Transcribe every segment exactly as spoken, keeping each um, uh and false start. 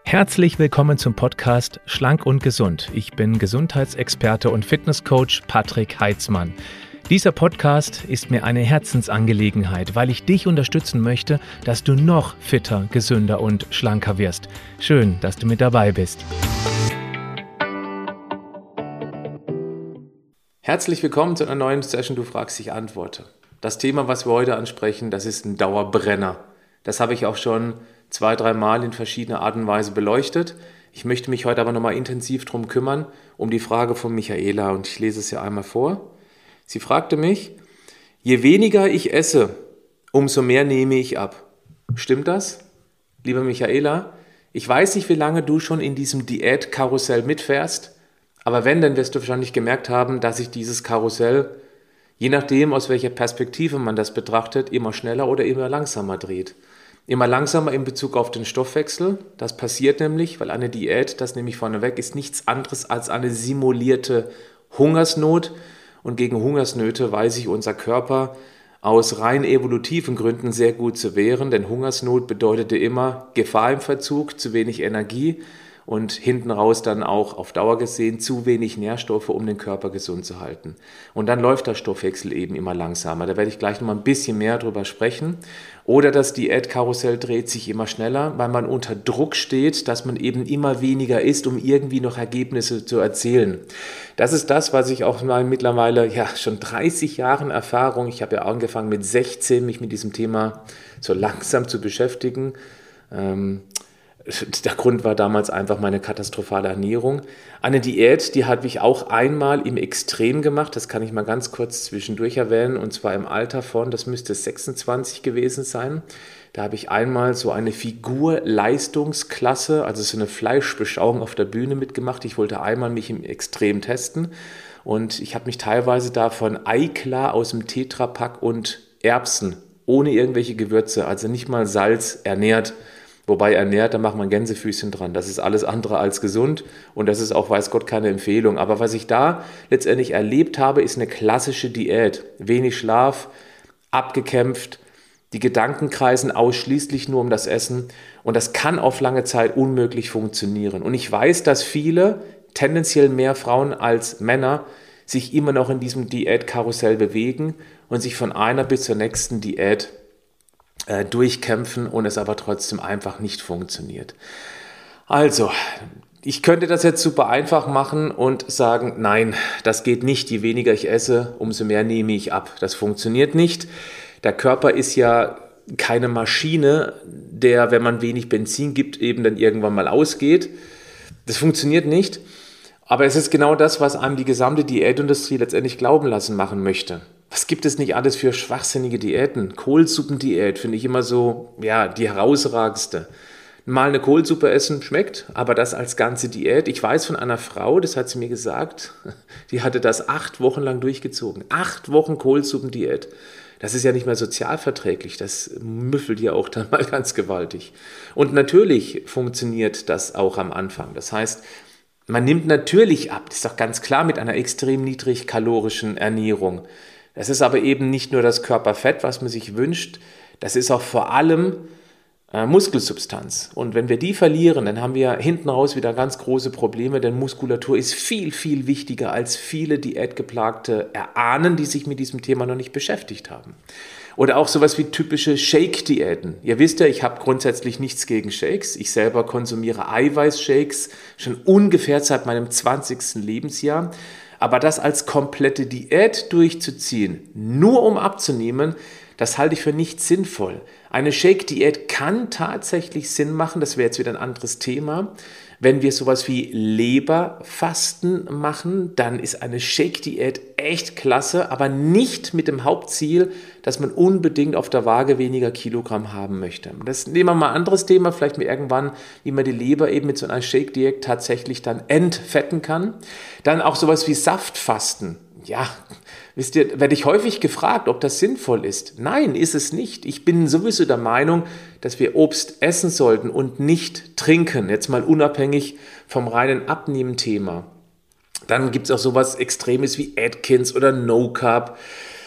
Herzlich willkommen zum Podcast Schlank und Gesund. Ich bin Gesundheitsexperte und Fitnesscoach Patrick Heitzmann. Dieser Podcast ist mir eine Herzensangelegenheit, weil ich dich unterstützen möchte, dass du noch fitter, gesünder und schlanker wirst. Schön, dass du mit dabei bist. Herzlich willkommen zu einer neuen Session Du fragst, ich antworte. Das Thema, was wir heute ansprechen, das ist ein Dauerbrenner. Das habe ich auch schon zwei, drei Mal in verschiedener Art und Weise beleuchtet. Ich möchte mich heute aber nochmal intensiv darum kümmern, um die Frage von Michaela, und ich lese es ja einmal vor. Sie fragte mich: Je weniger ich esse, umso mehr nehme ich ab. Stimmt das? Liebe Michaela, ich weiß nicht, wie lange du schon in diesem Diätkarussell mitfährst, aber wenn, dann wirst du wahrscheinlich gemerkt haben, dass sich dieses Karussell, je nachdem, aus welcher Perspektive man das betrachtet, immer schneller oder immer langsamer dreht. Immer langsamer in Bezug auf den Stoffwechsel. Das passiert nämlich, weil eine Diät, das nehme ich vorneweg, ist nichts anderes als eine simulierte Hungersnot. Und gegen Hungersnöte weiß sich unser Körper aus rein evolutiven Gründen sehr gut zu wehren, denn Hungersnot bedeutete immer Gefahr im Verzug, zu wenig Energie und hinten raus dann auch auf Dauer gesehen zu wenig Nährstoffe, um den Körper gesund zu halten. Und dann läuft der Stoffwechsel eben immer langsamer. Da werde ich gleich noch mal ein bisschen mehr drüber sprechen. Oder das Diätkarussell dreht sich immer schneller, weil man unter Druck steht, dass man eben immer weniger isst, um irgendwie noch Ergebnisse zu erzielen. Das ist das, was ich auch mal mittlerweile, ja, schon dreißig Jahren Erfahrung, ich habe ja angefangen mit sechzehn, mich mit diesem Thema so langsam zu beschäftigen. Ähm, Der Grund war damals einfach meine katastrophale Ernährung. Eine Diät, die habe ich auch einmal im Extrem gemacht, das kann ich mal ganz kurz zwischendurch erwähnen, und zwar im Alter von, das müsste sechsundzwanzig gewesen sein. Da habe ich einmal so eine Figur-Leistungsklasse, also so eine Fleischbeschauung auf der Bühne mitgemacht. Ich wollte einmal mich im Extrem testen und ich habe mich teilweise da von Eiklar aus dem Tetrapack und Erbsen ohne irgendwelche Gewürze, also nicht mal Salz, ernährt. Wobei ernährt, da macht man Gänsefüßchen dran. Das ist alles andere als gesund und das ist auch, weiß Gott, keine Empfehlung. Aber was ich da letztendlich erlebt habe, ist eine klassische Diät. Wenig Schlaf, abgekämpft, die Gedanken kreisen ausschließlich nur um das Essen und das kann auf lange Zeit unmöglich funktionieren. Und ich weiß, dass viele, tendenziell mehr Frauen als Männer, sich immer noch in diesem Diätkarussell bewegen und sich von einer bis zur nächsten Diät durchkämpfen und es aber trotzdem einfach nicht funktioniert. Also, ich könnte das jetzt super einfach machen und sagen, nein, das geht nicht. Je weniger ich esse, umso mehr nehme ich ab. Das funktioniert nicht. Der Körper ist ja keine Maschine, der, wenn man wenig Benzin gibt, eben dann irgendwann mal ausgeht. Das funktioniert nicht. Aber es ist genau das, was einem die gesamte Diätindustrie letztendlich glauben lassen machen möchte. Was gibt es nicht alles für schwachsinnige Diäten? Kohlsuppendiät finde ich immer so, ja, die herausragendste. Mal eine Kohlsuppe essen schmeckt, aber das als ganze Diät. Ich weiß von einer Frau, das hat sie mir gesagt, die hatte das acht Wochen lang durchgezogen. Acht Wochen Kohlsuppendiät. Das ist ja nicht mehr sozialverträglich, das müffelt ja auch dann mal ganz gewaltig. Und natürlich funktioniert das auch am Anfang. Das heißt, man nimmt natürlich ab, das ist doch ganz klar, mit einer extrem niedrig kalorischen Ernährung. Das ist aber eben nicht nur das Körperfett, was man sich wünscht, das ist auch vor allem äh, Muskelsubstanz. Und wenn wir die verlieren, dann haben wir hinten raus wieder ganz große Probleme, denn Muskulatur ist viel, viel wichtiger als viele Diätgeplagte erahnen, die sich mit diesem Thema noch nicht beschäftigt haben. Oder auch sowas wie typische Shake-Diäten. Ihr wisst ja, ich habe grundsätzlich nichts gegen Shakes. Ich selber konsumiere Eiweißshakes schon ungefähr seit meinem zwanzigsten Lebensjahr. Aber das als komplette Diät durchzuziehen, nur um abzunehmen, das halte ich für nicht sinnvoll. Eine Shake-Diät kann tatsächlich Sinn machen, das wäre jetzt wieder ein anderes Thema. Wenn wir sowas wie Leberfasten machen, dann ist eine Shake-Diät echt klasse, aber nicht mit dem Hauptziel, dass man unbedingt auf der Waage weniger Kilogramm haben möchte. Das nehmen wir mal ein anderes Thema, vielleicht mal irgendwann, wie man die Leber eben mit so einer Shake-Diät tatsächlich dann entfetten kann. Dann auch sowas wie Saftfasten. Ja, wisst ihr, werde ich häufig gefragt, ob das sinnvoll ist. Nein, ist es nicht. Ich bin sowieso der Meinung, dass wir Obst essen sollten und nicht trinken. Jetzt mal unabhängig vom reinen Abnehmen-Thema. Dann gibt es auch sowas Extremes wie Atkins oder No Carb.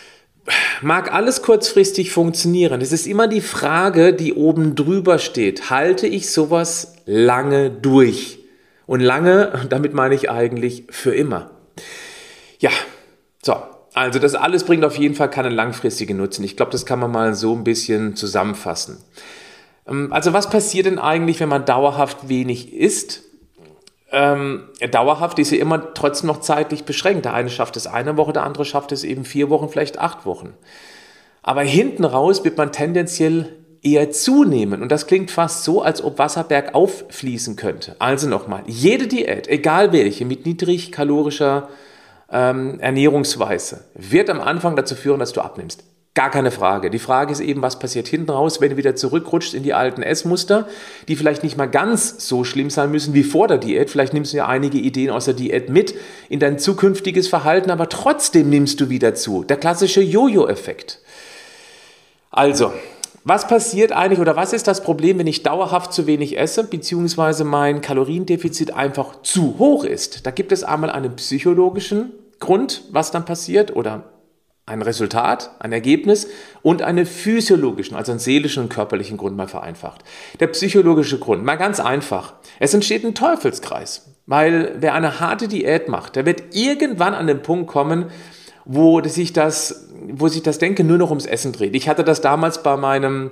Mag alles kurzfristig funktionieren. Es ist immer die Frage, die oben drüber steht. Halte ich sowas lange durch. Und lange, damit meine ich eigentlich für immer. Ja, so. Also das alles bringt auf jeden Fall keinen langfristigen Nutzen. Ich glaube, das kann man mal so ein bisschen zusammenfassen. Also was passiert denn eigentlich, wenn man dauerhaft wenig isst? Ähm, dauerhaft ist ja immer trotzdem noch zeitlich beschränkt. Der eine schafft es eine Woche, der andere schafft es eben vier Wochen, vielleicht acht Wochen. Aber hinten raus wird man tendenziell eher zunehmen. Und das klingt fast so, als ob Wasser bergauf fließen könnte. Also nochmal, jede Diät, egal welche, mit niedrigkalorischer ähm, Ernährungsweise, wird am Anfang dazu führen, dass du abnimmst. Gar keine Frage. Die Frage ist eben, was passiert hinten raus, wenn du wieder zurückrutschst in die alten Essmuster, die vielleicht nicht mal ganz so schlimm sein müssen wie vor der Diät. Vielleicht nimmst du ja einige Ideen aus der Diät mit in dein zukünftiges Verhalten, aber trotzdem nimmst du wieder zu. Der klassische Jojo-Effekt. Also, was passiert eigentlich oder was ist das Problem, wenn ich dauerhaft zu wenig esse, beziehungsweise mein Kaloriendefizit einfach zu hoch ist? Da gibt es einmal einen psychologischen Grund, was dann passiert, oder ein Resultat, ein Ergebnis und einen physiologischen, also einen seelischen und körperlichen Grund mal vereinfacht. Der psychologische Grund, mal ganz einfach. Es entsteht ein Teufelskreis, weil wer eine harte Diät macht, der wird irgendwann an den Punkt kommen, wo sich das, wo sich das Denken nur noch ums Essen dreht. Ich hatte das damals bei meinem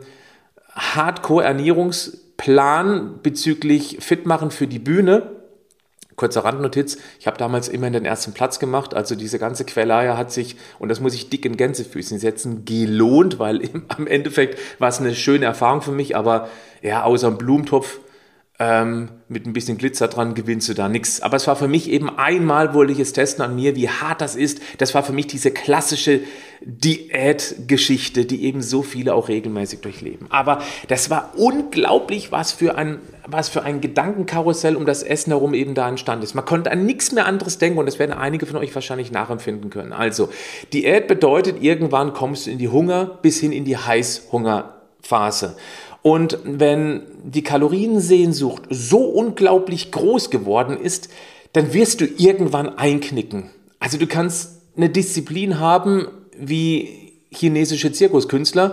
Hardcore-Ernährungsplan bezüglich Fitmachen für die Bühne. Kurzer Randnotiz, ich habe damals immer den ersten Platz gemacht, also diese ganze Quälerei hat sich, und das muss ich dick in Gänsefüßchen setzen, gelohnt, weil im, am Endeffekt war es eine schöne Erfahrung für mich, aber ja, außer einem Blumentopf ähm, mit ein bisschen Glitzer dran gewinnst du da nichts. Aber es war für mich eben einmal, wollte ich es testen an mir, wie hart das ist. Das war für mich diese klassische Diätgeschichte, die eben so viele auch regelmäßig durchleben. Aber das war unglaublich, was für ein, was für ein Gedankenkarussell um das Essen herum eben da entstanden ist. Man konnte an nichts mehr anderes denken und das werden einige von euch wahrscheinlich nachempfinden können. Also, Diät bedeutet, irgendwann kommst du in die Hunger- bis hin in die Heißhungerphase. Und wenn die Kaloriensehnsucht so unglaublich groß geworden ist, dann wirst du irgendwann einknicken. Also du kannst eine Disziplin haben wie chinesische Zirkuskünstler,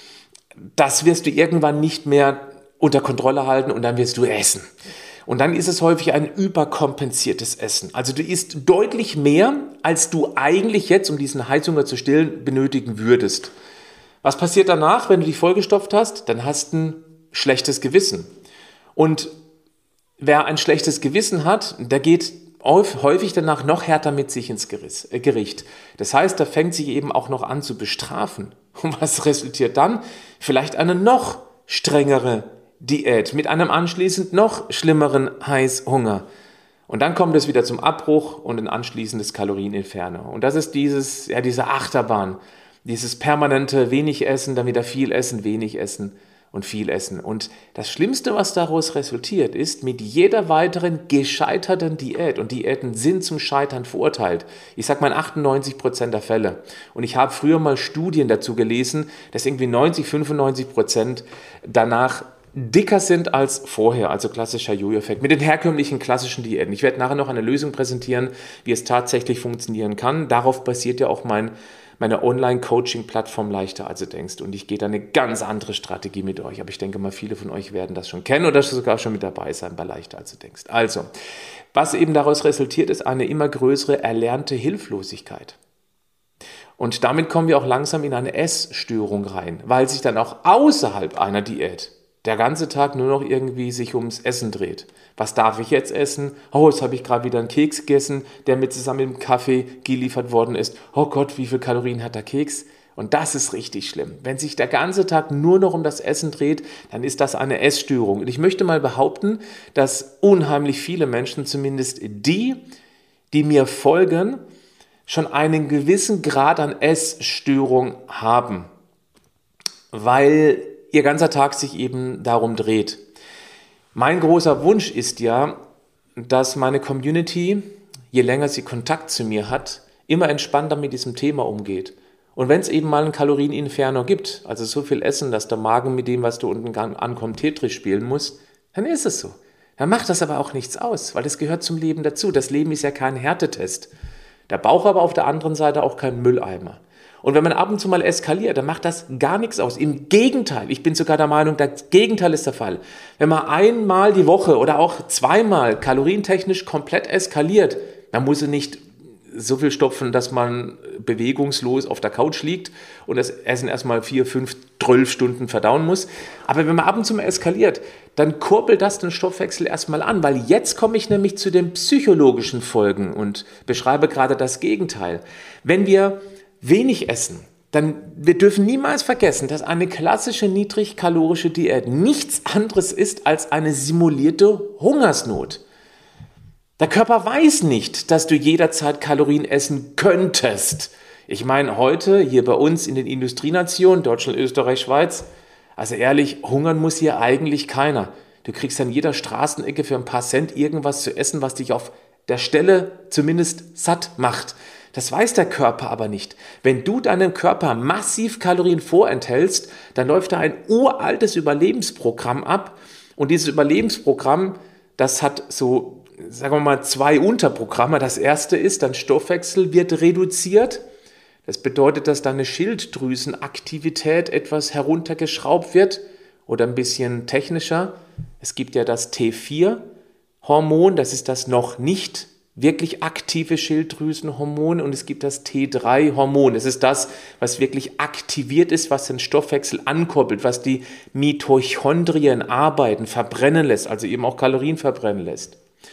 das wirst du irgendwann nicht mehr unter Kontrolle halten und dann wirst du essen. Und dann ist es häufig ein überkompensiertes Essen. Also du isst deutlich mehr, als du eigentlich jetzt, um diesen Heißhunger zu stillen, benötigen würdest. Was passiert danach, wenn du dich vollgestopft hast? Dann hast du ein schlechtes Gewissen. Und wer ein schlechtes Gewissen hat, der geht häufig danach noch härter mit sich ins Gericht. Das heißt, da fängt sich eben auch noch an zu bestrafen. Und was resultiert dann? Vielleicht eine noch strengere Diät mit einem anschließend noch schlimmeren Heißhunger. Und dann kommt es wieder zum Abbruch und ein anschließendes Kalorieninferno. Und das ist dieses, ja, diese Achterbahn. Dieses permanente wenig essen, dann wieder viel essen, wenig essen und viel essen. Und das Schlimmste, was daraus resultiert, ist, mit jeder weiteren gescheiterten Diät, und Diäten sind zum Scheitern verurteilt, ich sage mal in achtundneunzig Prozent der Fälle. Und ich habe früher mal Studien dazu gelesen, dass irgendwie neunzig, fünfundneunzig Prozent danach dicker sind als vorher, also klassischer Jojo-Effekt, mit den herkömmlichen klassischen Diäten. Ich werde nachher noch eine Lösung präsentieren, wie es tatsächlich funktionieren kann. Darauf basiert ja auch mein meine Online-Coaching-Plattform Leichter als du denkst. Und ich gehe da eine ganz andere Strategie mit euch. Aber ich denke mal, viele von euch werden das schon kennen oder sogar schon mit dabei sein bei Leichter als du denkst. Also, was eben daraus resultiert, ist eine immer größere erlernte Hilflosigkeit. Und damit kommen wir auch langsam in eine Essstörung rein, weil sich dann auch außerhalb einer Diät der ganze Tag nur noch irgendwie sich ums Essen dreht. Was darf ich jetzt essen? Oh, jetzt habe ich gerade wieder einen Keks gegessen, der mit zusammen mit dem Kaffee geliefert worden ist. Oh Gott, wie viele Kalorien hat der Keks? Und das ist richtig schlimm. Wenn sich der ganze Tag nur noch um das Essen dreht, dann ist das eine Essstörung. Und ich möchte mal behaupten, dass unheimlich viele Menschen, zumindest die, die mir folgen, schon einen gewissen Grad an Essstörung haben. Weil ihr ganzer Tag sich eben darum dreht. Mein großer Wunsch ist ja, dass meine Community, je länger sie Kontakt zu mir hat, immer entspannter mit diesem Thema umgeht. Und wenn es eben mal ein Kalorieninferno gibt, also so viel Essen, dass der Magen mit dem, was du unten ankommt, Tetris spielen muss, dann ist es so. Dann macht das aber auch nichts aus, weil das gehört zum Leben dazu. Das Leben ist ja kein Härtetest. Der Bauch aber auf der anderen Seite auch kein Mülleimer. Und wenn man ab und zu mal eskaliert, dann macht das gar nichts aus. Im Gegenteil, ich bin sogar der Meinung, das Gegenteil ist der Fall. Wenn man einmal die Woche oder auch zweimal kalorientechnisch komplett eskaliert, dann muss es nicht so viel stopfen, dass man bewegungslos auf der Couch liegt und das Essen erstmal vier, fünf, zwölf Stunden verdauen muss. Aber wenn man ab und zu mal eskaliert, dann kurbelt das den Stoffwechsel erstmal an, weil jetzt komme ich nämlich zu den psychologischen Folgen und beschreibe gerade das Gegenteil. Wenn wir wenig essen, dann wir dürfen niemals vergessen, dass eine klassische niedrigkalorische Diät nichts anderes ist als eine simulierte Hungersnot. Der Körper weiß nicht, dass du jederzeit Kalorien essen könntest. Ich meine, heute hier bei uns in den Industrienationen, Deutschland, Österreich, Schweiz, also ehrlich, hungern muss hier eigentlich keiner. Du kriegst an jeder Straßenecke für ein paar Cent irgendwas zu essen, was dich auf der Stelle zumindest satt macht. Das weiß der Körper aber nicht. Wenn du deinem Körper massiv Kalorien vorenthältst, dann läuft da ein uraltes Überlebensprogramm ab. Und dieses Überlebensprogramm, das hat so, sagen wir mal, zwei Unterprogramme. Das erste ist, dein Stoffwechsel wird reduziert. Das bedeutet, dass deine Schilddrüsenaktivität etwas heruntergeschraubt wird oder ein bisschen technischer. Es gibt ja das T vier Hormon, das ist das noch nicht wirklich aktive Schilddrüsenhormon, und es gibt das T drei Hormon. Das ist das, was wirklich aktiviert ist, was den Stoffwechsel ankurbelt, was die Mitochondrien arbeiten, verbrennen lässt, also eben auch Kalorien verbrennen lässt.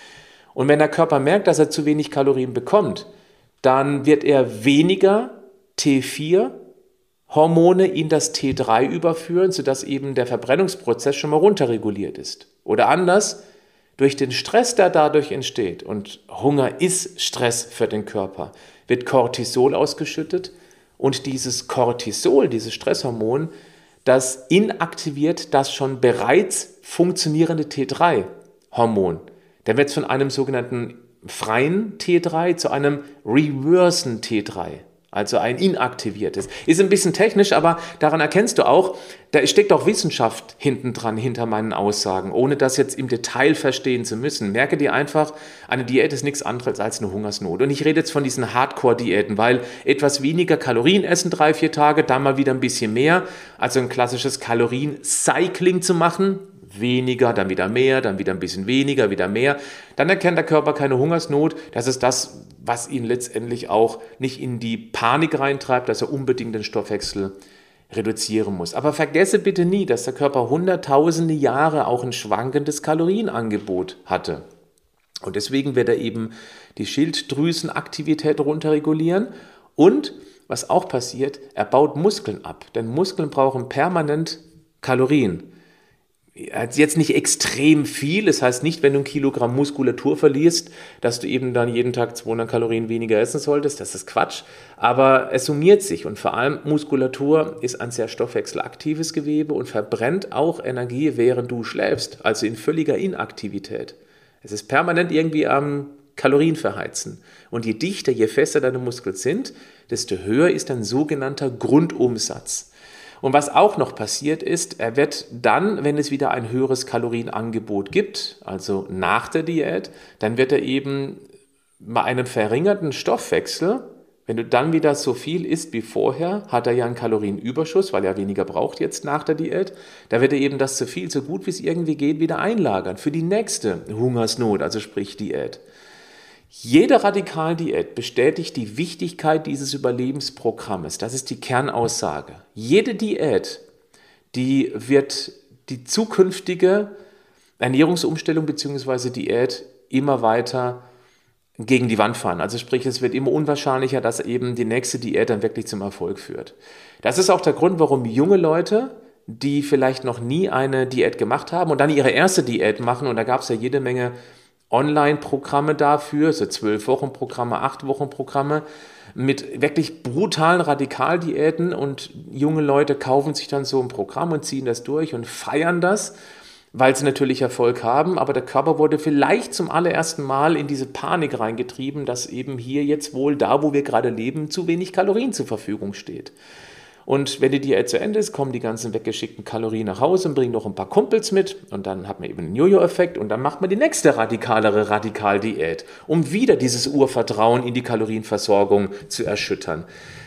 Und wenn der Körper merkt, dass er zu wenig Kalorien bekommt, dann wird er weniger T vier Hormone in das T drei überführen, sodass eben der Verbrennungsprozess schon mal runterreguliert ist. Oder anders, durch den Stress, der dadurch entsteht, und Hunger ist Stress für den Körper, wird Cortisol ausgeschüttet, und dieses Cortisol, dieses Stresshormon, das inaktiviert das schon bereits funktionierende T drei Hormon. Dann wird es von einem sogenannten freien T drei zu einem reversen T drei. Also ein inaktiviertes. Ist ein bisschen technisch, aber daran erkennst du auch, da steckt auch Wissenschaft hinten dran, hinter meinen Aussagen, ohne das jetzt im Detail verstehen zu müssen. Merke dir einfach, eine Diät ist nichts anderes als eine Hungersnot. Und ich rede jetzt von diesen Hardcore-Diäten, weil etwas weniger Kalorien essen, drei, vier Tage, dann mal wieder ein bisschen mehr. Also ein klassisches Kalorien-Cycling zu machen, weniger, dann wieder mehr, dann wieder ein bisschen weniger, wieder mehr. Dann erkennt der Körper keine Hungersnot. Das ist das, was ihn letztendlich auch nicht in die Panik reintreibt, dass er unbedingt den Stoffwechsel reduzieren muss. Aber vergesse bitte nie, dass der Körper hunderttausende Jahre auch ein schwankendes Kalorienangebot hatte. Und deswegen wird er eben die Schilddrüsenaktivität runterregulieren. Und was auch passiert, er baut Muskeln ab. Denn Muskeln brauchen permanent Kalorien. Jetzt nicht extrem viel, das heißt nicht, wenn du ein Kilogramm Muskulatur verlierst, dass du eben dann jeden Tag zweihundert Kalorien weniger essen solltest, das ist Quatsch, aber es summiert sich, und vor allem Muskulatur ist ein sehr stoffwechselaktives Gewebe und verbrennt auch Energie, während du schläfst, also in völliger Inaktivität. Es ist permanent irgendwie am Kalorien verheizen, und je dichter, je fester deine Muskeln sind, desto höher ist dein sogenannter Grundumsatz. Und was auch noch passiert ist, er wird dann, wenn es wieder ein höheres Kalorienangebot gibt, also nach der Diät, dann wird er eben bei einem verringerten Stoffwechsel, wenn du dann wieder so viel isst wie vorher, hat er ja einen Kalorienüberschuss, weil er weniger braucht jetzt nach der Diät, da wird er eben das so viel, so gut wie es irgendwie geht, wieder einlagern für die nächste Hungersnot, also sprich Diät. Jede Radikaldiät bestätigt die Wichtigkeit dieses Überlebensprogrammes. Das ist die Kernaussage. Jede Diät, die wird die zukünftige Ernährungsumstellung bzw. Diät immer weiter gegen die Wand fahren. Also sprich, es wird immer unwahrscheinlicher, dass eben die nächste Diät dann wirklich zum Erfolg führt. Das ist auch der Grund, warum junge Leute, die vielleicht noch nie eine Diät gemacht haben und dann ihre erste Diät machen, und da gab es ja jede Menge Online-Programme dafür, so zwölf Wochen Programme, acht Wochen Programme mit wirklich brutalen Radikaldiäten, und junge Leute kaufen sich dann so ein Programm und ziehen das durch und feiern das, weil sie natürlich Erfolg haben, aber der Körper wurde vielleicht zum allerersten Mal in diese Panik reingetrieben, dass eben hier jetzt wohl da, wo wir gerade leben, zu wenig Kalorien zur Verfügung steht. Und wenn die Diät zu Ende ist, kommen die ganzen weggeschickten Kalorien nach Hause und bringen noch ein paar Kumpels mit, und dann hat man eben einen Jojo-Effekt, und dann macht man die nächste radikalere Radikaldiät, um wieder dieses Urvertrauen in die Kalorienversorgung zu erschüttern.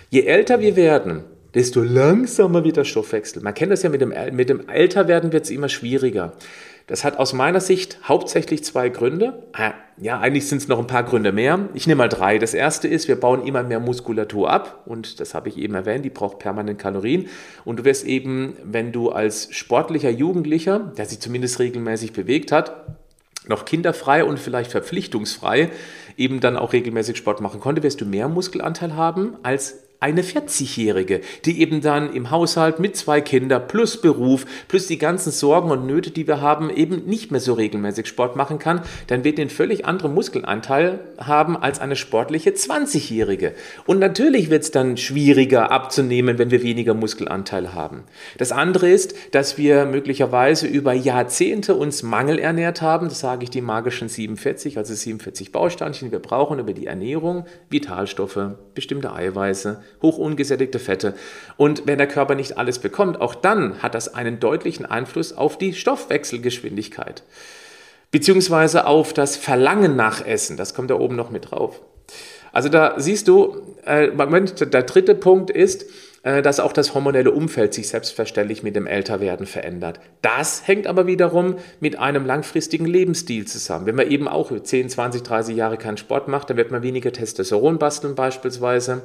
Je älter wir werden, desto langsamer wird der Stoffwechsel. Man kennt das ja, mit dem, mit dem Älterwerden wird es immer schwieriger. Das hat aus meiner Sicht hauptsächlich zwei Gründe. Ja, eigentlich sind es noch ein paar Gründe mehr. Ich nehme mal drei. Das erste ist, wir bauen immer mehr Muskulatur ab und das habe ich eben erwähnt, die braucht permanent Kalorien. Und du wirst eben, wenn du als sportlicher Jugendlicher, der sich zumindest regelmäßig bewegt hat, noch kinderfrei und vielleicht verpflichtungsfrei eben dann auch regelmäßig Sport machen konnte, wirst du mehr Muskelanteil haben als eine vierzigjährige, die eben dann im Haushalt mit zwei Kindern plus Beruf, plus die ganzen Sorgen und Nöte, die wir haben, eben nicht mehr so regelmäßig Sport machen kann, dann wird den völlig anderen Muskelanteil haben als eine sportliche zwanzigjährige. Und natürlich wird es dann schwieriger abzunehmen, wenn wir weniger Muskelanteil haben. Das andere ist, dass wir möglicherweise über Jahrzehnte uns mangelernährt haben, das sage ich die magischen siebenundvierzig, also siebenundvierzig Bausteinchen, die wir brauchen über die Ernährung, Vitalstoffe, bestimmte Eiweiße, hoch ungesättigte Fette. Und wenn der Körper nicht alles bekommt, auch dann hat das einen deutlichen Einfluss auf die Stoffwechselgeschwindigkeit, beziehungsweise auf das Verlangen nach Essen. Das kommt da oben noch mit drauf. Also da siehst du, äh, Moment, der dritte Punkt ist, äh, dass auch das hormonelle Umfeld sich selbstverständlich mit dem Älterwerden verändert. Das hängt aber wiederum mit einem langfristigen Lebensstil zusammen. Wenn man eben auch zehn, zwanzig, dreißig Jahre keinen Sport macht, dann wird man weniger Testosteron basteln beispielsweise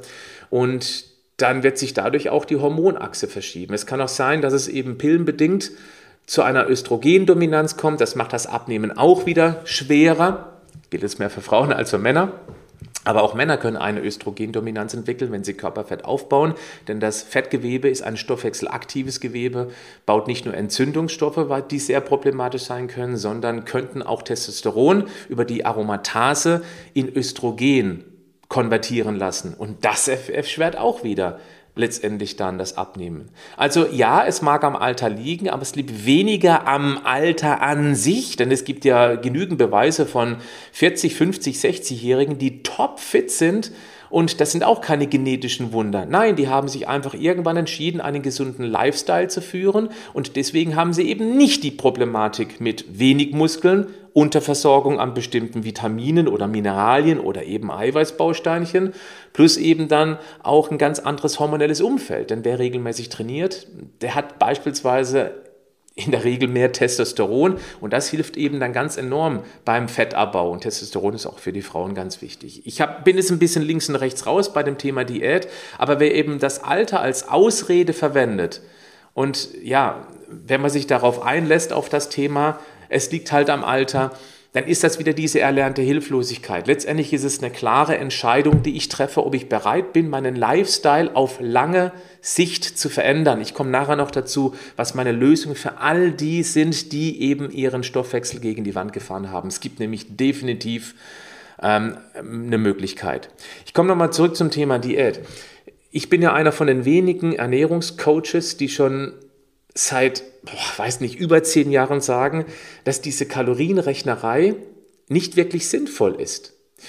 und dann wird sich dadurch auch die Hormonachse verschieben. Es kann auch sein, dass es eben pillenbedingt zu einer Östrogendominanz kommt. Das macht das Abnehmen auch wieder schwerer. Gilt jetzt mehr für Frauen als für Männer. Aber auch Männer können eine Östrogendominanz entwickeln, wenn sie Körperfett aufbauen, denn das Fettgewebe ist ein stoffwechselaktives Gewebe, baut nicht nur Entzündungsstoffe, die sehr problematisch sein können, sondern könnten auch Testosteron über die Aromatase in Östrogen konvertieren lassen. Und das erschwert auch wieder letztendlich dann das Abnehmen. Also ja, es mag am Alter liegen, aber es liegt weniger am Alter an sich, denn es gibt ja genügend Beweise von vierzig, fünfzig, sechzigjährigen, die topfit sind und das sind auch keine genetischen Wunder. Nein, die haben sich einfach irgendwann entschieden, einen gesunden Lifestyle zu führen und deswegen haben sie eben nicht die Problematik mit wenig Muskeln, Unterversorgung an bestimmten Vitaminen oder Mineralien oder eben Eiweißbausteinchen, plus eben dann auch ein ganz anderes hormonelles Umfeld. Denn wer regelmäßig trainiert, der hat beispielsweise in der Regel mehr Testosteron und das hilft eben dann ganz enorm beim Fettabbau und Testosteron ist auch für die Frauen ganz wichtig. Ich hab, bin jetzt ein bisschen links und rechts raus bei dem Thema Diät, aber wer eben das Alter als Ausrede verwendet und ja, wenn man sich darauf einlässt auf das Thema, es liegt halt am Alter, dann ist das wieder diese erlernte Hilflosigkeit. Letztendlich ist es eine klare Entscheidung, die ich treffe, ob ich bereit bin, meinen Lifestyle auf lange Sicht zu verändern. Ich komme nachher noch dazu, was meine Lösungen für all die sind, die eben ihren Stoffwechsel gegen die Wand gefahren haben. Es gibt nämlich definitiv ähm, eine Möglichkeit. Ich komme nochmal zurück zum Thema Diät. Ich bin ja einer von den wenigen Ernährungscoaches, die schon seit, boah, weiß nicht, über zehn Jahren sagen, dass diese Kalorienrechnerei nicht wirklich sinnvoll ist.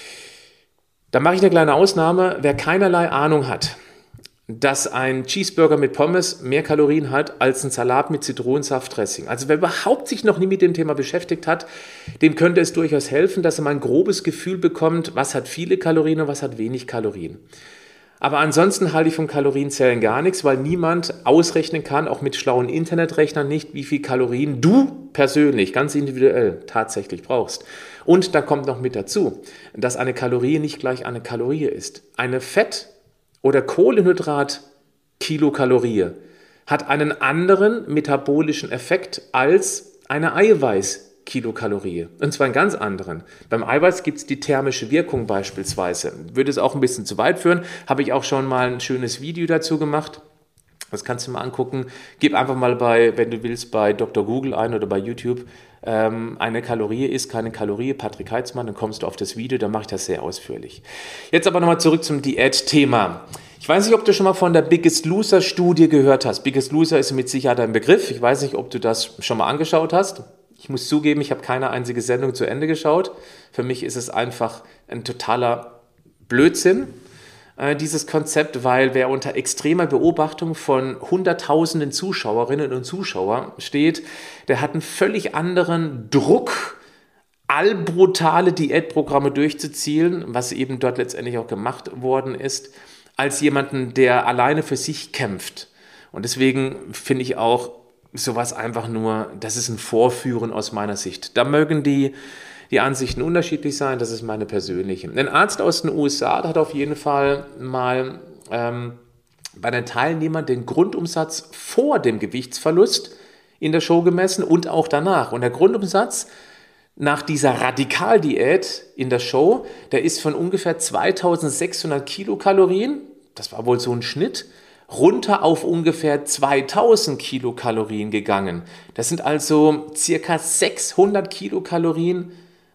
Da mache ich eine kleine Ausnahme. Wer keinerlei Ahnung hat, dass ein Cheeseburger mit Pommes mehr Kalorien hat als ein Salat mit Zitronensaftdressing. Also wer überhaupt sich noch nie mit dem Thema beschäftigt hat, dem könnte es durchaus helfen, dass er mal ein grobes Gefühl bekommt, was hat viele Kalorien und was hat wenig Kalorien. Aber ansonsten halte ich vom Kalorienzählen gar nichts, weil niemand ausrechnen kann, auch mit schlauen Internetrechnern nicht, wie viel Kalorien du persönlich, ganz individuell tatsächlich brauchst. Und da kommt noch mit dazu, dass eine Kalorie nicht gleich eine Kalorie ist. Eine Fett- oder Kohlenhydrat-Kilokalorie hat einen anderen metabolischen Effekt als eine Eiweiß- Kilokalorie. Und zwar einen ganz anderen. Beim Eiweiß gibt es die thermische Wirkung beispielsweise. Würde es auch ein bisschen zu weit führen, habe ich auch schon mal ein schönes Video dazu gemacht. Das kannst du mal angucken. Gib einfach mal bei, wenn du willst, bei Doktor Google ein oder bei YouTube. Ähm, eine Kalorie ist keine Kalorie, Patrick Heitzmann, dann kommst du auf das Video, dann mache ich das sehr ausführlich. Jetzt aber nochmal zurück zum Diätthema. Ich weiß nicht, ob du schon mal von der Biggest Loser Studie gehört hast. Biggest Loser ist mit Sicherheit ein Begriff. Ich weiß nicht, ob du das schon mal angeschaut hast. Ich muss zugeben, ich habe keine einzige Sendung zu Ende geschaut. Für mich ist es einfach ein totaler Blödsinn, äh, dieses Konzept, weil wer unter extremer Beobachtung von hunderttausenden Zuschauerinnen und Zuschauern steht, der hat einen völlig anderen Druck, allbrutale Diätprogramme durchzuziehen, was eben dort letztendlich auch gemacht worden ist, als jemanden, der alleine für sich kämpft. Und deswegen finde ich auch sowas einfach nur, das ist ein Vorführen aus meiner Sicht. Da mögen die, die Ansichten unterschiedlich sein, das ist meine persönliche. Ein Arzt aus den U S A hat auf jeden Fall mal ähm, bei den Teilnehmern den Grundumsatz vor dem Gewichtsverlust in der Show gemessen und auch danach. Und der Grundumsatz nach dieser Radikaldiät in der Show, der ist von ungefähr zweitausendsechshundert Kilokalorien, das war wohl so ein Schnitt, runter auf ungefähr zweitausend Kilokalorien gegangen. Das sind also circa sechshundert Kilokalorien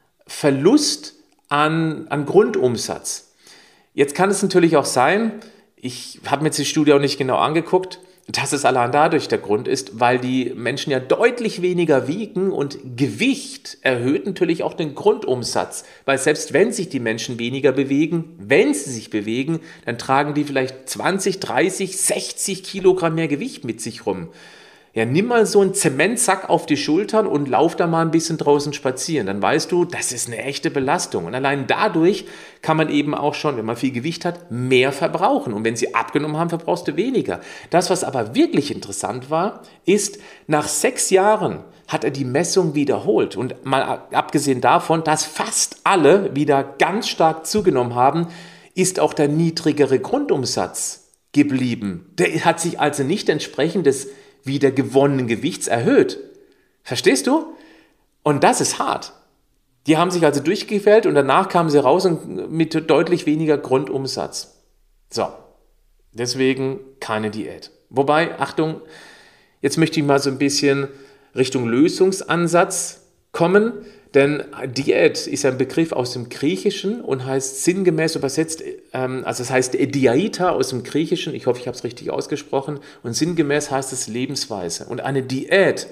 Verlust an, an Grundumsatz. Jetzt kann es natürlich auch sein, ich habe mir jetzt die Studie auch nicht genau angeguckt, dass es allein dadurch der Grund ist, weil die Menschen ja deutlich weniger wiegen und Gewicht erhöht natürlich auch den Grundumsatz, weil selbst wenn sich die Menschen weniger bewegen, wenn sie sich bewegen, dann tragen die vielleicht zwanzig, dreißig, sechzig Kilogramm mehr Gewicht mit sich rum. Ja, nimm mal so einen Zementsack auf die Schultern und lauf da mal ein bisschen draußen spazieren. Dann weißt du, das ist eine echte Belastung. Und allein dadurch kann man eben auch schon, wenn man viel Gewicht hat, mehr verbrauchen. Und wenn sie abgenommen haben, verbrauchst du weniger. Das, was aber wirklich interessant war, ist, nach sechs Jahren hat er die Messung wiederholt. Und mal abgesehen davon, dass fast alle wieder ganz stark zugenommen haben, ist auch der niedrigere Grundumsatz geblieben. Der hat sich also nicht entsprechend des wieder gewonnenen Gewichts erhöht. Verstehst du? Und das ist hart. Die haben sich also durchgefällt und danach kamen sie raus und mit deutlich weniger Grundumsatz. So, deswegen keine Diät. Wobei, Achtung, jetzt möchte ich mal so ein bisschen Richtung Lösungsansatz kommen, denn Diät ist ein Begriff aus dem Griechischen und heißt sinngemäß übersetzt, ähm, also es heißt Diaita aus dem Griechischen, ich hoffe, ich habe es richtig ausgesprochen, und sinngemäß heißt es Lebensweise. Und eine Diät,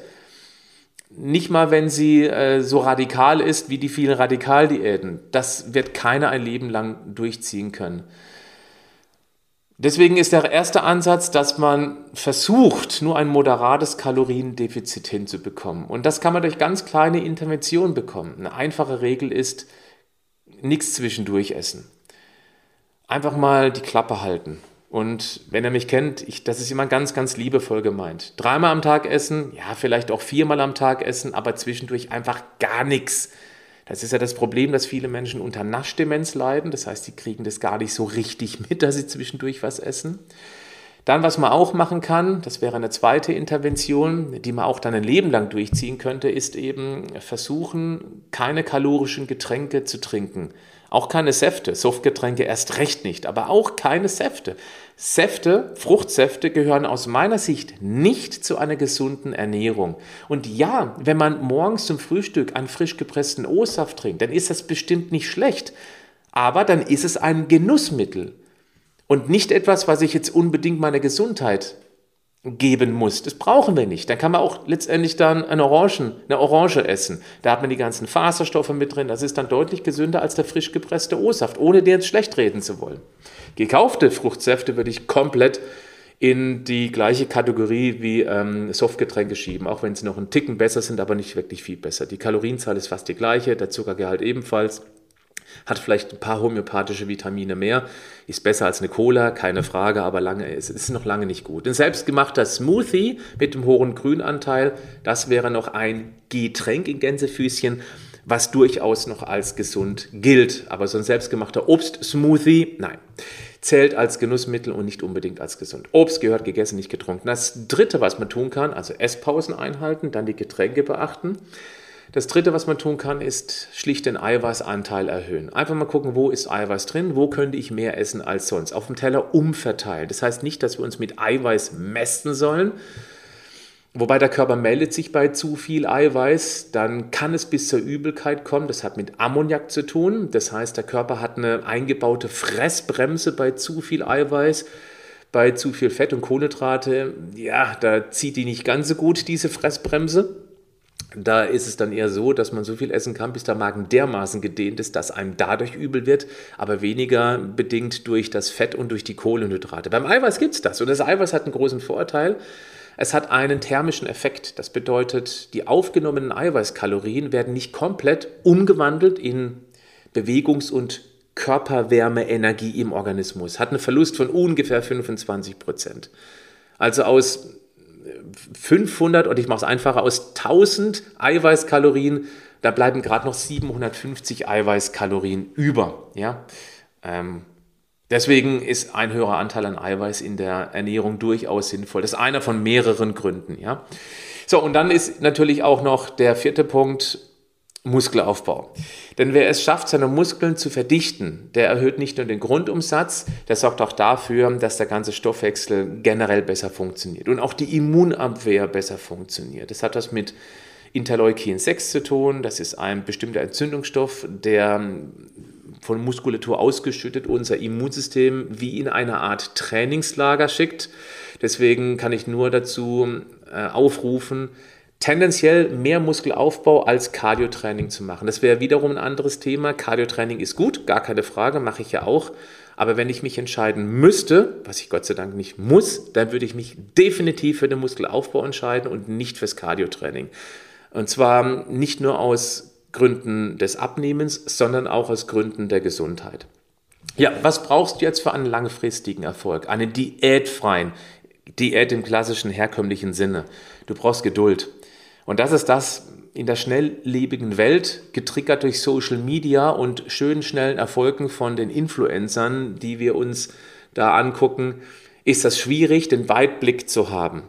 nicht mal wenn sie äh, so radikal ist wie die vielen Radikaldiäten, das wird keiner ein Leben lang durchziehen können. Deswegen ist der erste Ansatz, dass man versucht, nur ein moderates Kaloriendefizit hinzubekommen. Und das kann man durch ganz kleine Interventionen bekommen. Eine einfache Regel ist, nichts zwischendurch essen. Einfach mal die Klappe halten. Und wenn ihr mich kennt, ich, das ist immer ganz, ganz liebevoll gemeint. Dreimal am Tag essen, ja, vielleicht auch viermal am Tag essen, aber zwischendurch einfach gar nichts. Das ist ja das Problem, dass viele Menschen unter Naschdemenz leiden. Das heißt, sie kriegen das gar nicht so richtig mit, dass sie zwischendurch was essen. Dann, was man auch machen kann, das wäre eine zweite Intervention, die man auch dann ein Leben lang durchziehen könnte, ist eben versuchen, keine kalorischen Getränke zu trinken. Auch keine Säfte, Softgetränke erst recht nicht, aber auch keine Säfte. Säfte, Fruchtsäfte gehören aus meiner Sicht nicht zu einer gesunden Ernährung. Und ja, wenn man morgens zum Frühstück einen frisch gepressten O-Saft trinkt, dann ist das bestimmt nicht schlecht. Aber dann ist es ein Genussmittel und nicht etwas, was ich jetzt unbedingt meiner Gesundheit geben muss. Das brauchen wir nicht. Dann kann man auch letztendlich dann eine Orange, eine Orange essen. Da hat man die ganzen Faserstoffe mit drin. Das ist dann deutlich gesünder als der frisch gepresste O-Saft, ohne den jetzt schlecht reden zu wollen. Gekaufte Fruchtsäfte würde ich komplett in die gleiche Kategorie wie ähm, Softgetränke schieben, auch wenn sie noch einen Ticken besser sind, aber nicht wirklich viel besser. Die Kalorienzahl ist fast die gleiche, der Zuckergehalt ebenfalls. Hat vielleicht ein paar homöopathische Vitamine mehr, ist besser als eine Cola, keine Frage, aber lange, es ist noch lange nicht gut. Ein selbstgemachter Smoothie mit dem hohen Grünanteil, das wäre noch ein Getränk in Gänsefüßchen, was durchaus noch als gesund gilt. Aber so ein selbstgemachter Obst-Smoothie, nein, zählt als Genussmittel und nicht unbedingt als gesund. Obst gehört gegessen, nicht getrunken. Das Dritte, was man tun kann, also Esspausen einhalten, dann die Getränke beachten. Das Dritte, was man tun kann, ist schlicht den Eiweißanteil erhöhen. Einfach mal gucken, wo ist Eiweiß drin, wo könnte ich mehr essen als sonst. Auf dem Teller umverteilen. Das heißt nicht, dass wir uns mit Eiweiß mästen sollen, wobei der Körper meldet sich bei zu viel Eiweiß, dann kann es bis zur Übelkeit kommen. Das hat mit Ammoniak zu tun. Das heißt, der Körper hat eine eingebaute Fressbremse bei zu viel Eiweiß. Bei zu viel Fett und Kohlenhydrate, ja, da zieht die nicht ganz so gut, diese Fressbremse. Da ist es dann eher so, dass man so viel essen kann, bis der Magen dermaßen gedehnt ist, dass einem dadurch übel wird, aber weniger bedingt durch das Fett und durch die Kohlenhydrate. Beim Eiweiß gibt es das und das Eiweiß hat einen großen Vorteil. Es hat einen thermischen Effekt. Das bedeutet, die aufgenommenen Eiweißkalorien werden nicht komplett umgewandelt in Bewegungs- und Körperwärme-Energie im Organismus, hat einen Verlust von ungefähr fünfundzwanzig Prozent. Also aus fünfhundert, und ich mache es einfacher, aus tausend Eiweißkalorien, da bleiben gerade noch siebenhundertfünfzig Eiweißkalorien über. Ja? Ähm, deswegen ist ein höherer Anteil an Eiweiß in der Ernährung durchaus sinnvoll. Das ist einer von mehreren Gründen. Ja? So, und dann ist natürlich auch noch der vierte Punkt Muskelaufbau. Denn wer es schafft, seine Muskeln zu verdichten, der erhöht nicht nur den Grundumsatz, der sorgt auch dafür, dass der ganze Stoffwechsel generell besser funktioniert und auch die Immunabwehr besser funktioniert. Das hat was mit Interleukin sechs zu tun. Das ist ein bestimmter Entzündungsstoff, der von Muskulatur ausgeschüttet unser Immunsystem wie in eine Art Trainingslager schickt. Deswegen kann ich nur dazu äh, aufrufen, tendenziell mehr Muskelaufbau als Cardio-Training zu machen. Das wäre wiederum ein anderes Thema. Cardio-Training ist gut, gar keine Frage, mache ich ja auch. Aber wenn ich mich entscheiden müsste, was ich Gott sei Dank nicht muss, dann würde ich mich definitiv für den Muskelaufbau entscheiden und nicht fürs Cardio-Training. Und zwar nicht nur aus Gründen des Abnehmens, sondern auch aus Gründen der Gesundheit. Ja, was brauchst du jetzt für einen langfristigen Erfolg? Einen diätfreien, Diät im klassischen, herkömmlichen Sinne. Du brauchst Geduld. Und das ist das in der schnelllebigen Welt, getriggert durch Social Media und schönen, schnellen Erfolgen von den Influencern, die wir uns da angucken, ist das schwierig, den Weitblick zu haben.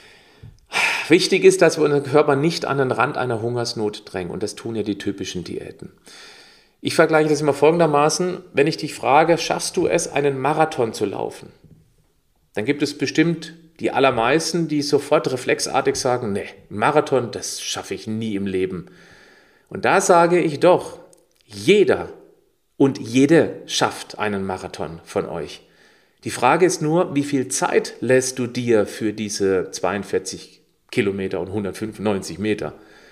Wichtig ist, dass wir unseren Körper nicht an den Rand einer Hungersnot drängen. Und das tun ja die typischen Diäten. Ich vergleiche das immer folgendermaßen. Wenn ich dich frage, schaffst du es, einen Marathon zu laufen? Dann gibt es bestimmt die allermeisten, die sofort reflexartig sagen, nee, Marathon, das schaffe ich nie im Leben. Und da sage ich doch, jeder und jede schafft einen Marathon von euch. Die Frage ist nur, wie viel Zeit lässt du dir für diese zweiundvierzig Kilometer und hundertfünfundneunzig Meter?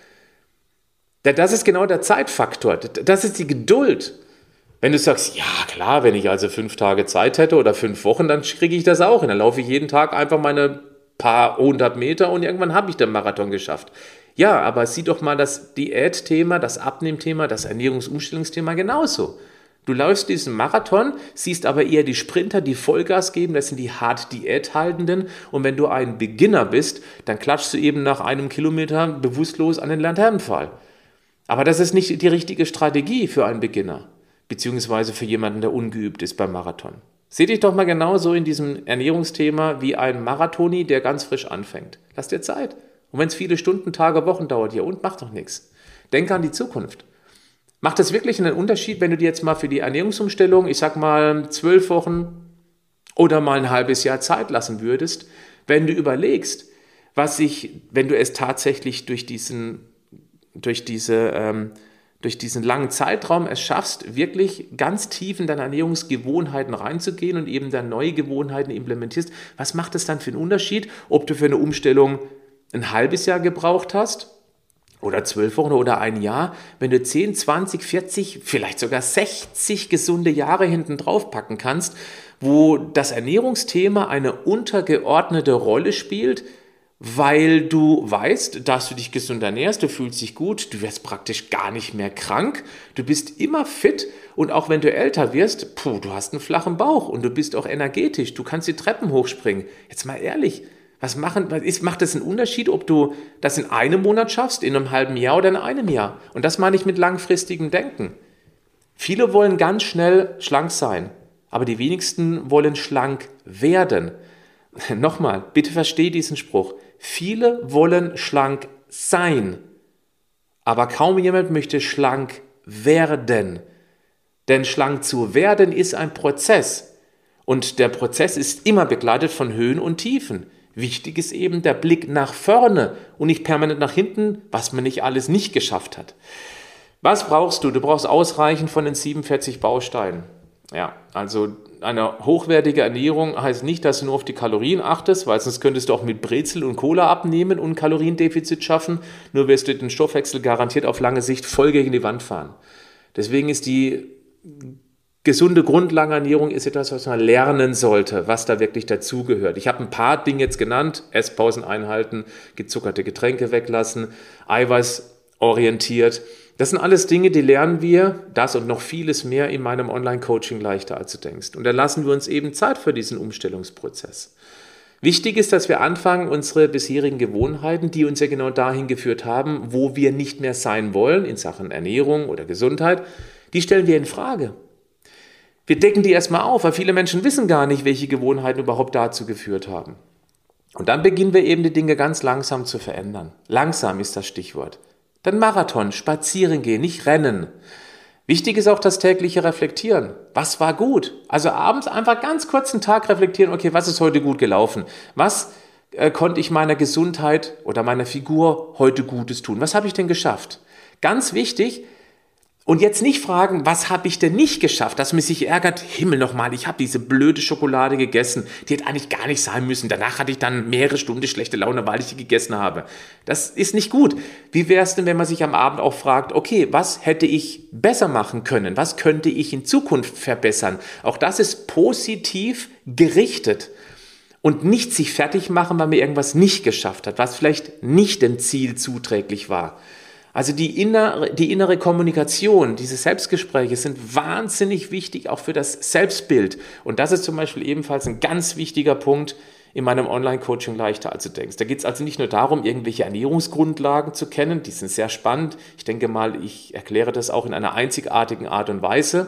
Das ist genau der Zeitfaktor, das ist die Geduld. Wenn du sagst, ja klar, wenn ich also fünf Tage Zeit hätte oder fünf Wochen, dann kriege ich das auch hin. Dann laufe ich jeden Tag einfach meine paar hundert Meter und irgendwann habe ich den Marathon geschafft. Ja, aber sieh doch mal das Diätthema, das Abnehmthema, das Ernährungsumstellungsthema genauso. Du läufst diesen Marathon, siehst aber eher die Sprinter, die Vollgas geben, das sind die hart Diäthaltenden. Und wenn du ein Beginner bist, dann klatschst du eben nach einem Kilometer bewusstlos an den Laternenpfahl. Aber das ist nicht die richtige Strategie für einen Beginner. Beziehungsweise für jemanden, der ungeübt ist beim Marathon. Seh dich doch mal genauso in diesem Ernährungsthema wie ein Marathoni, der ganz frisch anfängt. Lass dir Zeit. Und wenn es viele Stunden, Tage, Wochen dauert, ja und, mach doch nichts. Denk an die Zukunft. Macht das wirklich einen Unterschied, wenn du dir jetzt mal für die Ernährungsumstellung, ich sag mal zwölf Wochen oder mal ein halbes Jahr Zeit lassen würdest, wenn du überlegst, was sich, wenn du es tatsächlich durch diesen, durch diese, ähm, durch diesen langen Zeitraum es schaffst, wirklich ganz tief in deine Ernährungsgewohnheiten reinzugehen und eben dann neue Gewohnheiten implementierst, was macht es dann für einen Unterschied, ob du für eine Umstellung ein halbes Jahr gebraucht hast oder zwölf Wochen oder ein Jahr, wenn du zehn, zwanzig, vierzig, vielleicht sogar sechzig gesunde Jahre hinten drauf packen kannst, wo das Ernährungsthema eine untergeordnete Rolle spielt, weil du weißt, dass du dich gesund ernährst, du fühlst dich gut, du wirst praktisch gar nicht mehr krank, du bist immer fit und auch wenn du älter wirst, puh, du hast einen flachen Bauch und du bist auch energetisch, du kannst die Treppen hochspringen. Jetzt mal ehrlich, was machen, was ist, macht das einen Unterschied, ob du das in einem Monat schaffst, in einem halben Jahr oder in einem Jahr? Und das meine ich mit langfristigem Denken. Viele wollen ganz schnell schlank sein, aber die wenigsten wollen schlank werden. Nochmal, bitte versteh diesen Spruch. Viele wollen schlank sein, aber kaum jemand möchte schlank werden. Denn schlank zu werden ist ein Prozess und der Prozess ist immer begleitet von Höhen und Tiefen. Wichtig ist eben der Blick nach vorne und nicht permanent nach hinten, was man nicht alles nicht geschafft hat. Was brauchst du? Du brauchst ausreichend von den siebenundvierzig Bausteinen. Ja, also eine hochwertige Ernährung heißt nicht, dass du nur auf die Kalorien achtest, weil sonst könntest du auch mit Brezel und Cola abnehmen und ein Kaloriendefizit schaffen, nur wirst du den Stoffwechsel garantiert auf lange Sicht voll gegen die Wand fahren. Deswegen ist die gesunde Grundlagenernährung ist etwas, was man lernen sollte, was da wirklich dazugehört. Ich habe ein paar Dinge jetzt genannt, Esspausen einhalten, gezuckerte Getränke weglassen, eiweißorientiert, Das sind alles Dinge, die lernen wir, das und noch vieles mehr in meinem Online-Coaching leichter, als du denkst. Und da lassen wir uns eben Zeit für diesen Umstellungsprozess. Wichtig ist, dass wir anfangen, unsere bisherigen Gewohnheiten, die uns ja genau dahin geführt haben, wo wir nicht mehr sein wollen, in Sachen Ernährung oder Gesundheit, die stellen wir in Frage. Wir decken die erstmal auf, weil viele Menschen wissen gar nicht, welche Gewohnheiten überhaupt dazu geführt haben. Und dann beginnen wir eben die Dinge ganz langsam zu verändern. Langsam ist das Stichwort. Dann Marathon, spazieren gehen, nicht rennen. Wichtig ist auch das tägliche Reflektieren. Was war gut? Also abends einfach ganz kurz einen Tag reflektieren, okay, was ist heute gut gelaufen? Was äh, konnte ich meiner Gesundheit oder meiner Figur heute Gutes tun? Was habe ich denn geschafft? Ganz wichtig. Und jetzt nicht fragen, was habe ich denn nicht geschafft, dass man sich ärgert, Himmel nochmal, ich habe diese blöde Schokolade gegessen, die hätte eigentlich gar nicht sein müssen. Danach hatte ich dann mehrere Stunden schlechte Laune, weil ich die gegessen habe. Das ist nicht gut. Wie wäre es denn, wenn man sich am Abend auch fragt, okay, was hätte ich besser machen können? Was könnte ich in Zukunft verbessern? Auch das ist positiv gerichtet. Und nicht sich fertig machen, weil man irgendwas nicht geschafft hat, was vielleicht nicht dem Ziel zuträglich war. Also die innere, die innere Kommunikation, diese Selbstgespräche sind wahnsinnig wichtig, auch für das Selbstbild. Und das ist zum Beispiel ebenfalls ein ganz wichtiger Punkt in meinem Online-Coaching leichter, als du denkst. Da geht es also nicht nur darum, irgendwelche Ernährungsgrundlagen zu kennen, die sind sehr spannend. Ich denke mal, ich erkläre das auch in einer einzigartigen Art und Weise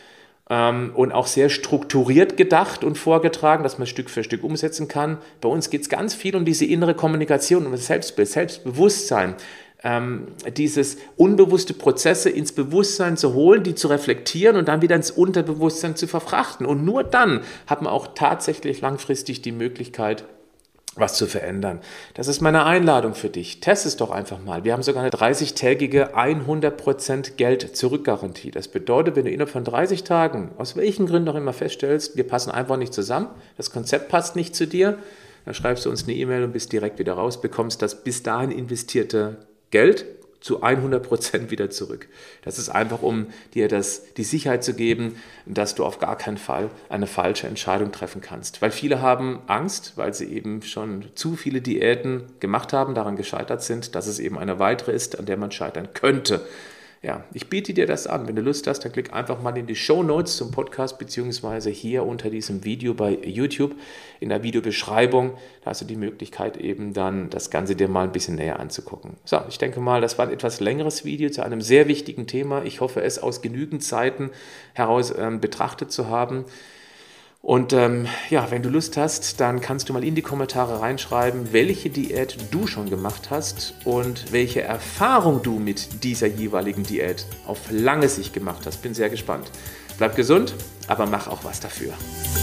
ähm, und auch sehr strukturiert gedacht und vorgetragen, dass man Stück für Stück umsetzen kann. Bei uns geht es ganz viel um diese innere Kommunikation, um das Selbstbild, Selbstbewusstsein. Ähm, dieses unbewusste Prozesse ins Bewusstsein zu holen, die zu reflektieren und dann wieder ins Unterbewusstsein zu verfrachten. Und nur dann hat man auch tatsächlich langfristig die Möglichkeit, was zu verändern. Das ist meine Einladung für dich. Test es doch einfach mal. Wir haben sogar eine dreißig-tägige hundert Prozent Geld-Zurück-Garantie. Das bedeutet, wenn du innerhalb von dreißig Tagen, aus welchen Gründen auch immer feststellst, wir passen einfach nicht zusammen, das Konzept passt nicht zu dir, dann schreibst du uns eine E-Mail und bist direkt wieder raus, bekommst das bis dahin investierte Geld zu hundert Prozent wieder zurück. Das ist einfach, um dir das, die Sicherheit zu geben, dass du auf gar keinen Fall eine falsche Entscheidung treffen kannst. Weil viele haben Angst, weil sie eben schon zu viele Diäten gemacht haben, daran gescheitert sind, dass es eben eine weitere ist, an der man scheitern könnte. Ja, ich biete dir das an. Wenn du Lust hast, dann klick einfach mal in die Shownotes zum Podcast beziehungsweise hier unter diesem Video bei YouTube in der Videobeschreibung. Da hast du die Möglichkeit eben dann das Ganze dir mal ein bisschen näher anzugucken. So, ich denke mal, das war ein etwas längeres Video zu einem sehr wichtigen Thema. Ich hoffe, es aus genügend Zeiten heraus ähm, betrachtet zu haben. Und ähm, ja, wenn du Lust hast, dann kannst du mal in die Kommentare reinschreiben, welche Diät du schon gemacht hast und welche Erfahrung du mit dieser jeweiligen Diät auf lange Sicht gemacht hast. Bin sehr gespannt. Bleib gesund, aber mach auch was dafür.